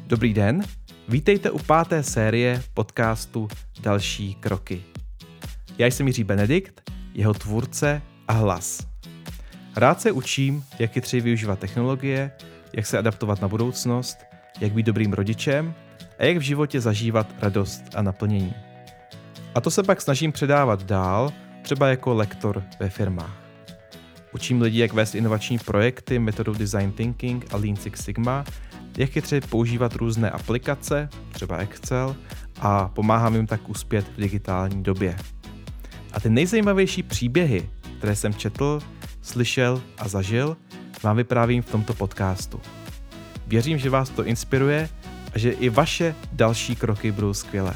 Dobrý den, vítejte u 5. série podcastu Další kroky. Já jsem Jiří Benedikt, jeho tvůrce a hlas. Rád se učím, jak chytřeji využívat technologie, jak se adaptovat na budoucnost, jak být dobrým rodičem a jak v životě zažívat radost a naplnění. A to se pak snažím předávat dál, třeba jako lektor ve firmách. Učím lidi, jak vést inovační projekty metodou Design Thinking a Lean Six Sigma, jak chytře používat různé aplikace, třeba Excel, a pomáhám jim tak uspět v digitální době. A ty nejzajímavější příběhy, které jsem četl, slyšel a zažil, vám vyprávím v tomto podcastu. Věřím, že vás to inspiruje a že i vaše další kroky budou skvělé.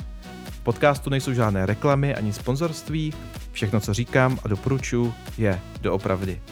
V podcastu nejsou žádné reklamy ani sponzorství, všechno, co říkám a doporučuji, je doopravdy.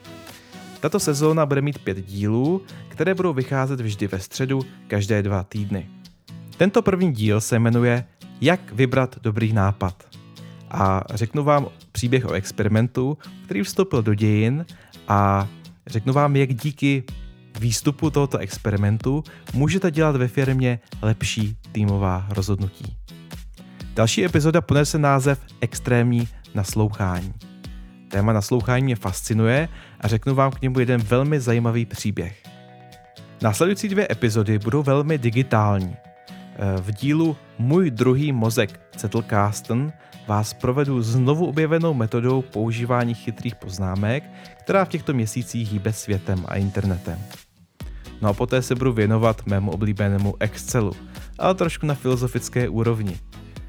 Tato sezóna bude mít 5 dílů, které budou vycházet vždy ve středu každé 2 týdny. Tento první díl se jmenuje Jak vybrat dobrý nápad. A řeknu vám příběh o experimentu, který vstoupil do dějin, a řeknu vám, jak díky výstupu tohoto experimentu můžete dělat ve firmě lepší týmová rozhodnutí. Další epizoda ponese název Extrémní naslouchání. Téma naslouchání mě fascinuje a řeknu vám k němu jeden velmi zajímavý příběh. Následující 2 epizody budou velmi digitální. V dílu Můj druhý mozek Zettelkasten vás provedu znovu objevenou metodou používání chytrých poznámek, která v těchto měsících hýbe světem a internetem. No a poté se budu věnovat mému oblíbenému Excelu, ale trošku na filozofické úrovni.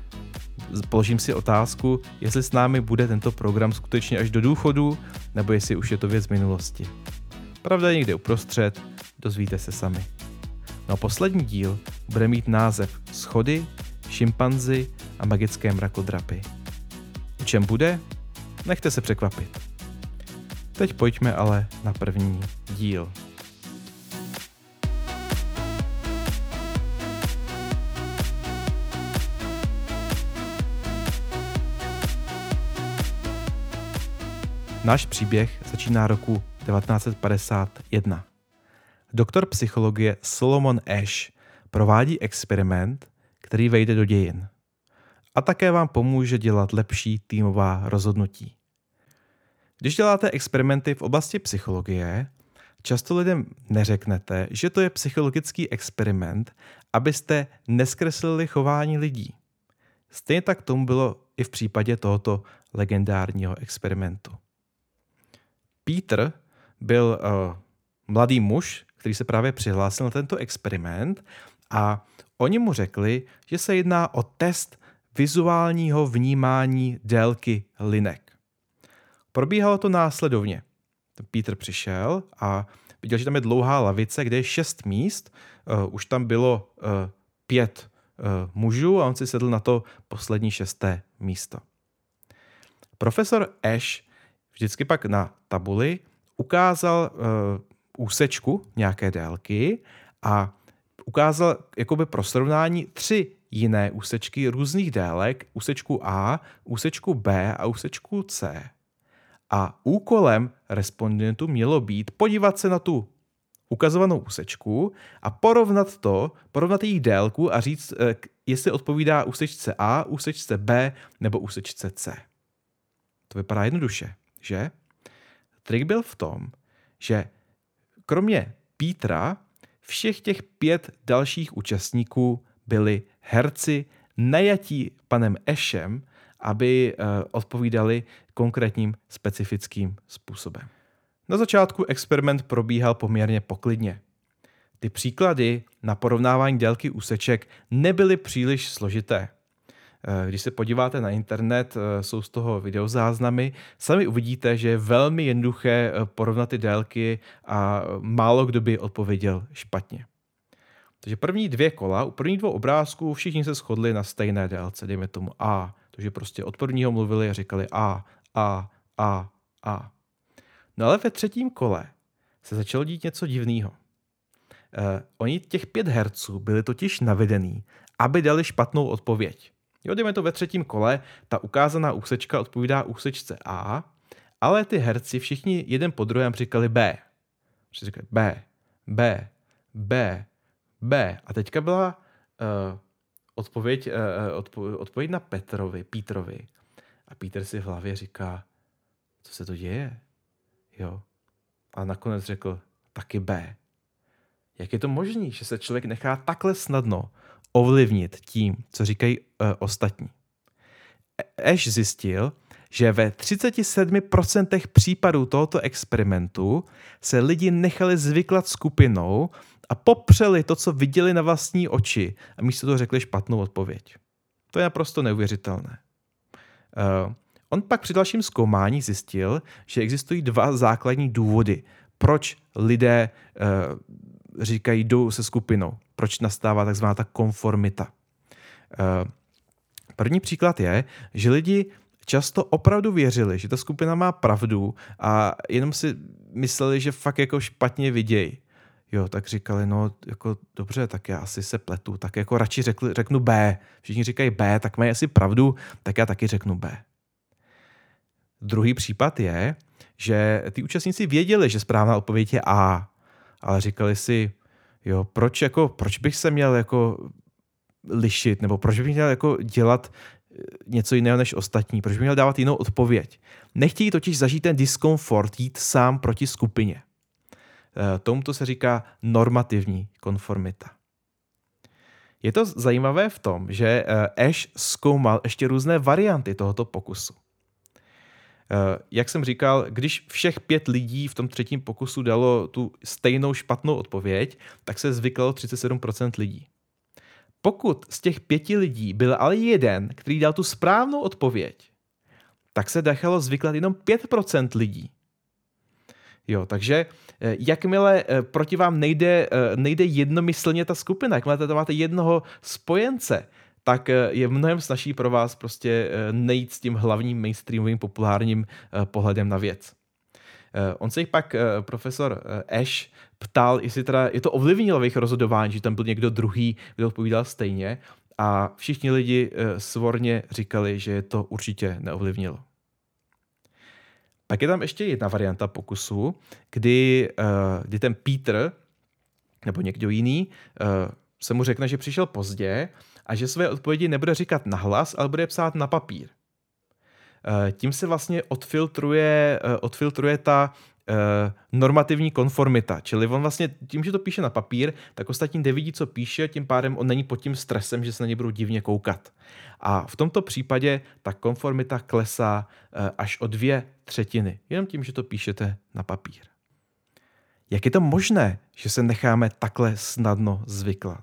Položím si otázku, jestli s námi bude tento program skutečně až do důchodu, nebo jestli už je to věc minulosti. Pravda je někde uprostřed, dozvíte se sami. No a poslední díl bude mít název Schody, šimpanzi a magické mrakodrapy. O čem bude? Nechte se překvapit. Teď pojďme ale na první díl. Náš příběh začíná roku 1951. Doktor psychologie Solomon Asch provádí experiment, který vejde do dějin. A také vám pomůže dělat lepší týmová rozhodnutí. Když děláte experimenty v oblasti psychologie, často lidem neřeknete, že to je psychologický experiment, abyste neskreslili chování lidí. Stejně tak tomu bylo i v případě tohoto legendárního experimentu. Peter byl mladý muž, který se právě přihlásil na tento experiment, a oni mu řekli, že se jedná o test vizuálního vnímání délky linek. Probíhalo to následovně. Peter přišel a viděl, že tam je dlouhá lavice, kde je 6 míst. Už tam bylo 5 mužů a on si sedl na to poslední 6. místo. Profesor Asch vždycky pak na tabuli ukázal úsečku nějaké délky a ukázal jakoby pro srovnání 3 jiné úsečky různých délek, úsečku A, úsečku B a úsečku C. A úkolem respondentů mělo být podívat se na tu ukazovanou úsečku a porovnat její délku a říct, jestli odpovídá úsečce A, úsečce B nebo úsečce C. To vypadá jednoduše, že? Trik byl v tom, že kromě Petra všech těch 5 dalších účastníků byli herci najatí panem Aschem, aby odpovídali konkrétním specifickým způsobem. Na začátku experiment probíhal poměrně poklidně. Ty příklady na porovnávání délky úseček nebyly příliš složité. Když se podíváte na internet, jsou z toho videozáznamy, sami uvidíte, že je velmi jednoduché porovnat ty délky a málo kdo by odpověděl špatně. Takže první 2 kola, u prvních 2 obrázků všichni se shodli na stejné délce, dejme tomu A. Takže prostě od prvního mluvili a říkali A. No ale ve 3. kole se začalo dít něco divného. Oni těch 5 herců byli totiž navedení, aby dali špatnou odpověď. Jo, dejme to ve 3. kole, ta ukázaná úsečka odpovídá úsečce A, ale ty herci všichni jeden po druhém říkali B. Říkali B, B. A teďka byla odpověď na Pítrovi. A Pítr si v hlavě říká, co se to děje? Jo. A nakonec řekl taky B. Jak je to možné, že se člověk nechá takhle snadno ovlivnit tím, co říkají ostatní? Ash zjistil, že ve 37% případů tohoto experimentu se lidi nechali zvyklat skupinou a popřeli to, co viděli na vlastní oči a místo toho řekli špatnou odpověď. To je naprosto neuvěřitelné. On pak při dalším zkoumání zjistil, že existují 2 základní důvody, proč lidé říkají jdou se skupinou, proč nastává takzvaná ta konformita. První příklad je, že lidi často opravdu věřili, že ta skupina má pravdu a jenom si mysleli, že fakt jako špatně vidějí. Jo, tak říkali, no jako dobře, tak já asi se pletu, tak jako radši řeknu B. Všichni říkají B, tak mají asi pravdu, tak já taky řeknu B. Druhý případ je, že ty účastníci věděli, že správná odpověď je A, ale říkali si, jo, proč bych se měl jako lišit, nebo proč bych měl jako dělat něco jiného než ostatní, proč bych měl dávat jinou odpověď. Nechtějí totiž zažít ten diskomfort, jít sám proti skupině. Tomuto se říká normativní konformita. Je to zajímavé v tom, že Ash zkoumal ještě různé varianty tohoto pokusu. Jak jsem říkal, když všech 5 lidí v tom 3. pokusu dalo tu stejnou špatnou odpověď, tak se zvyklo 37% lidí. Pokud z těch 5 lidí byl ale jeden, který dal tu správnou odpověď, tak se nechalo zvyklat jenom 5% lidí. Jo, takže jakmile proti vám nejde jednomyslně ta skupina, jakmile tam máte jednoho spojence, tak je mnohem snazší pro vás prostě nejít s tím hlavním mainstreamovým populárním pohledem na věc. On se jich pak profesor Ash ptal, jestli teda je to ovlivnilo v jejich rozhodování, že tam byl někdo druhý, kdo odpovídal stejně, a všichni lidi svorně říkali, že je to určitě neovlivnilo. Pak je tam ještě jedna varianta pokusu, kdy ten Peter nebo někdo jiný se mu řekne, že přišel pozdě a že své odpovědi nebude říkat nahlas, ale bude psát na papír. Tím se vlastně odfiltruje ta normativní konformita. Čili on vlastně tím, že to píše na papír, tak ostatní nevidí, co píše, tím pádem on není pod tím stresem, že se na ně budou divně koukat. A v tomto případě ta konformita klesá až o 2/3, jenom tím, že to píšete na papír. Jak je to možné, že se necháme takhle snadno zvyklat?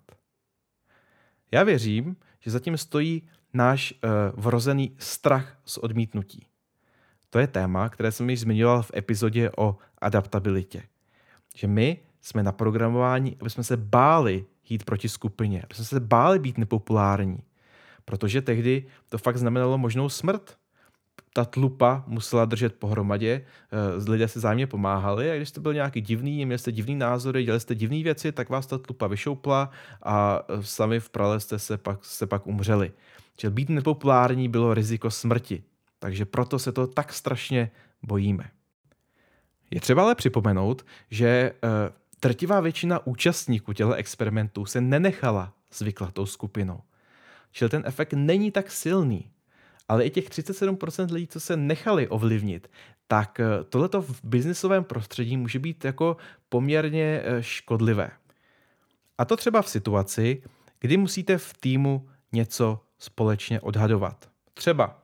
Já věřím, že zatím stojí náš vrozený strach z odmítnutí. To je téma, které jsem již zmiňoval v epizodě o adaptabilitě. Že my jsme naprogramováni, aby jsme se báli jít proti skupině, aby jsme se báli být nepopulární. Protože tehdy to fakt znamenalo možnou smrt. Ta tlupa musela držet pohromadě, lidé si vzájemně pomáhali a když jste byl nějaký divný, měli jste divný názory, dělali jste divné věci, tak vás ta tlupa vyšoupla a sami v prale jste se pak umřeli. Čili být nepopulární bylo riziko smrti. Takže proto se to tak strašně bojíme. Je třeba ale připomenout, že drtivá většina účastníků těchto experimentů se nenechala zvyklat tou skupinou. Čili ten efekt není tak silný. Ale i těch 37% lidí, co se nechali ovlivnit, tak tohleto v biznisovém prostředí může být jako poměrně škodlivé. A to třeba v situaci, kdy musíte v týmu něco společně odhadovat. Třeba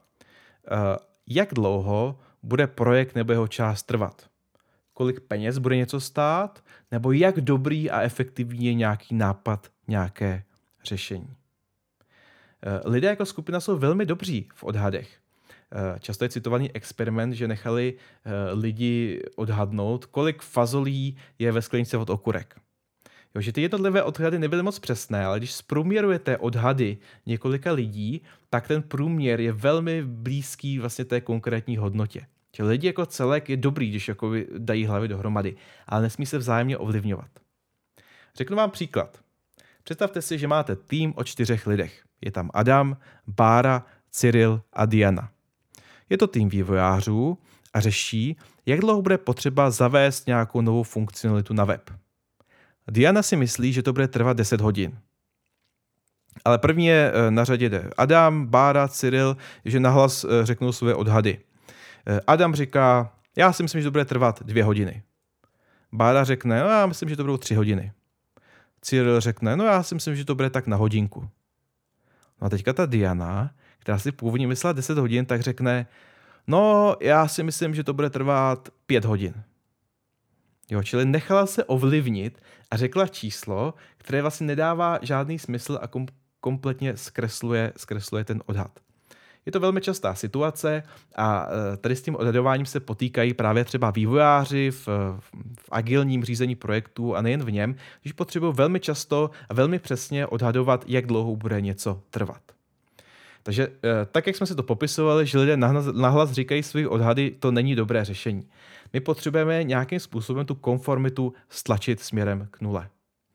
jak dlouho bude projekt nebo jeho část trvat, kolik peněz bude něco stát, nebo jak dobrý a efektivní je nějaký nápad, nějaké řešení. Lidé jako skupina jsou velmi dobří v odhadech. Často je citovaný experiment, že nechali lidi odhadnout, kolik fazolí je ve sklenici od okurek. Jo, že ty jednotlivé odhady nebyly moc přesné, ale když zprůměrujete odhady několika lidí, tak ten průměr je velmi blízký vlastně té konkrétní hodnotě. Že lidi jako celek je dobrý, když jako dají hlavy dohromady, ale nesmí se vzájemně ovlivňovat. Řeknu vám příklad. Představte si, že máte tým o 4 lidech. Je tam Adam, Bára, Cyril a Diana. Je to tým vývojářů a řeší, jak dlouho bude potřeba zavést nějakou novou funkcionalitu na web. Diana si myslí, že to bude trvat 10 hodin. Ale první je na řadě Adam, Bára, Cyril, že nahlas řeknou své odhady. Adam říká, já si myslím, že to bude trvat 2 hodiny. Bára řekne, no já myslím, že to budou 3 hodiny. Cyril řekne, no já si myslím, že to bude tak na hodinku. No a teďka ta Diana, která si původně myslela 10 hodin, tak řekne, no já si myslím, že to bude trvat 5 hodin. Jo, čili nechala se ovlivnit a řekla číslo, které vlastně nedává žádný smysl a kompletně zkresluje ten odhad. Je to velmi častá situace a tady s tím odhadováním se potýkají právě třeba vývojáři v agilním řízení projektů a nejen v něm, když potřebují velmi často a velmi přesně odhadovat, jak dlouho bude něco trvat. Takže tak, jak jsme si to popisovali, že lidé nahlas říkají svých odhady, to není dobré řešení. My potřebujeme nějakým způsobem tu konformitu stlačit směrem k nule.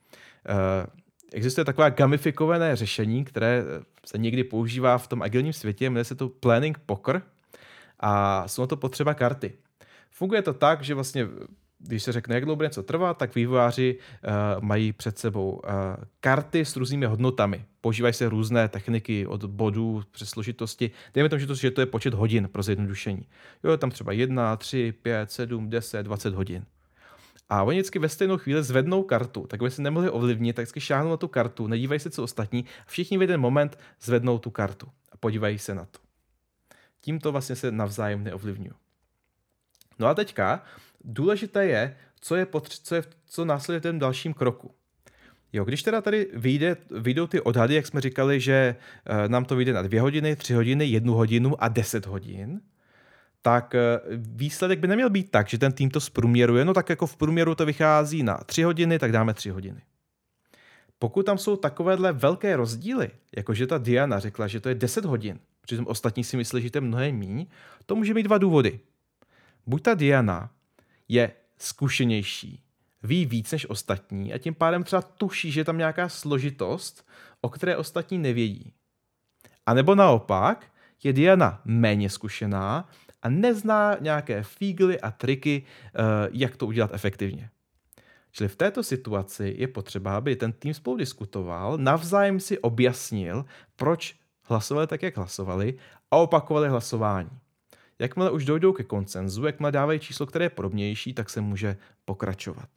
Existuje takové gamifikované řešení, které se někdy používá v tom agilním světě, jmenuje se to Planning Poker a jsou na to potřeba karty. Funguje to tak, že vlastně, když se řekne, jak dlouho bude něco trvat, tak vývojáři mají před sebou karty s různými hodnotami. Používají se různé techniky od bodů přes složitosti. Dejme tomu, že to je počet hodin pro zjednodušení. Jo, tam třeba 1, 3, 5, 7, 10, 20 hodin. A oni vždycky ve stejnou chvíli zvednou kartu, tak aby se nemohli ovlivnit, tak vždycky šáhnou na tu kartu, nedívají se, co ostatní, a všichni v jeden moment zvednou tu kartu a podívají se na to. Tímto vlastně se navzájem neovlivňují. No a teďka důležité je, co následuje v tom dalším kroku. Jo, když teda tady vyjdou ty odhady, jak jsme říkali, že nám to vyjde na 2 hodiny, 3 hodiny, 1 hodinu a 10 hodin, tak výsledek by neměl být tak, že ten tým to zprůměruje, no tak jako v průměru to vychází na 3 hodiny, tak dáme 3 hodiny. Pokud tam jsou takovéhle velké rozdíly, jakože ta Diana řekla, že to je 10 hodin, přitom ostatní si myslí, že to je mnohem míň, to může mít 2 důvody. Buď ta Diana je zkušenější, ví víc než ostatní a tím pádem třeba tuší, že je tam nějaká složitost, o které ostatní nevědí. A nebo naopak je Diana méně zkušená a nezná nějaké fígly a triky, jak to udělat efektivně. Čili v této situaci je potřeba, aby ten tým spolu diskutoval, navzájem si objasnil, proč hlasovali tak, jak hlasovali a opakovali hlasování. Jakmile už dojdou ke konsenzu, jakmile dávají číslo, které je podobnější, tak se může pokračovat.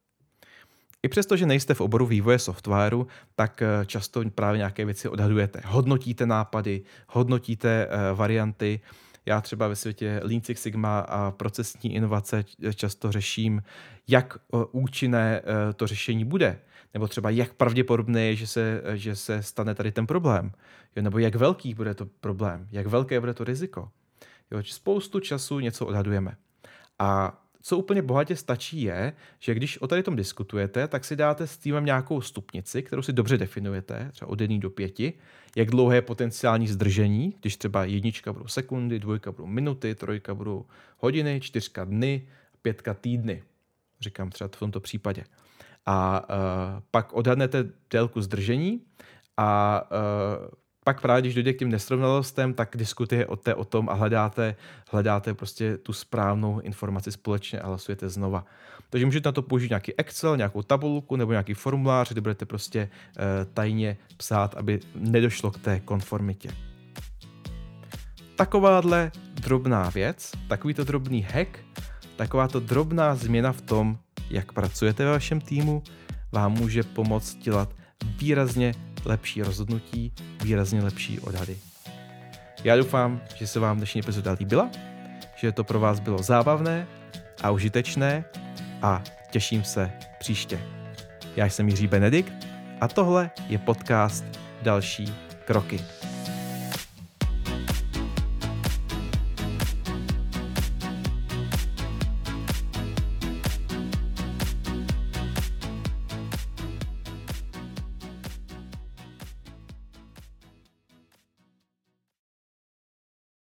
I přesto, že nejste v oboru vývoje softwaru, tak často právě nějaké věci odhadujete. Hodnotíte nápady, hodnotíte varianty. Já třeba ve světě Lean Six Sigma a procesní inovace často řeším, jak účinné to řešení bude. Nebo třeba jak pravděpodobné je, že se stane tady ten problém. Jo, nebo jak velký bude to problém, jak velké bude to riziko. Jo, spoustu času něco odhadujeme. A co úplně bohatě stačí je, že když o tady tom diskutujete, tak si dáte s týmem nějakou stupnici, kterou si dobře definujete, třeba od 1 do 5, jak dlouhé je potenciální zdržení, když třeba 1 budou sekundy, 2 budou minuty, 3 budou hodiny, 4 dny, 5 týdny, říkám třeba v tomto případě. A pak odhadnete délku zdržení a pak právě, když dojde k těm nesrovnalostem, tak diskutuje o tom a hledáte prostě tu správnou informaci společně a hlasujete znova. Takže můžete na to použít nějaký Excel, nějakou tabulku nebo nějaký formulář, kde budete prostě tajně psát, aby nedošlo k té konformitě. Takováhle drobná věc, takovýto drobný hack, takováto drobná změna v tom, jak pracujete ve vašem týmu, vám může pomoct dělat výrazně lepší rozhodnutí, výrazně lepší odhady. Já doufám, že se vám dnešní epizoda líbila, že to pro vás bylo zábavné a užitečné a těším se příště. Já jsem Jiří Benedikt a tohle je podcast Další kroky.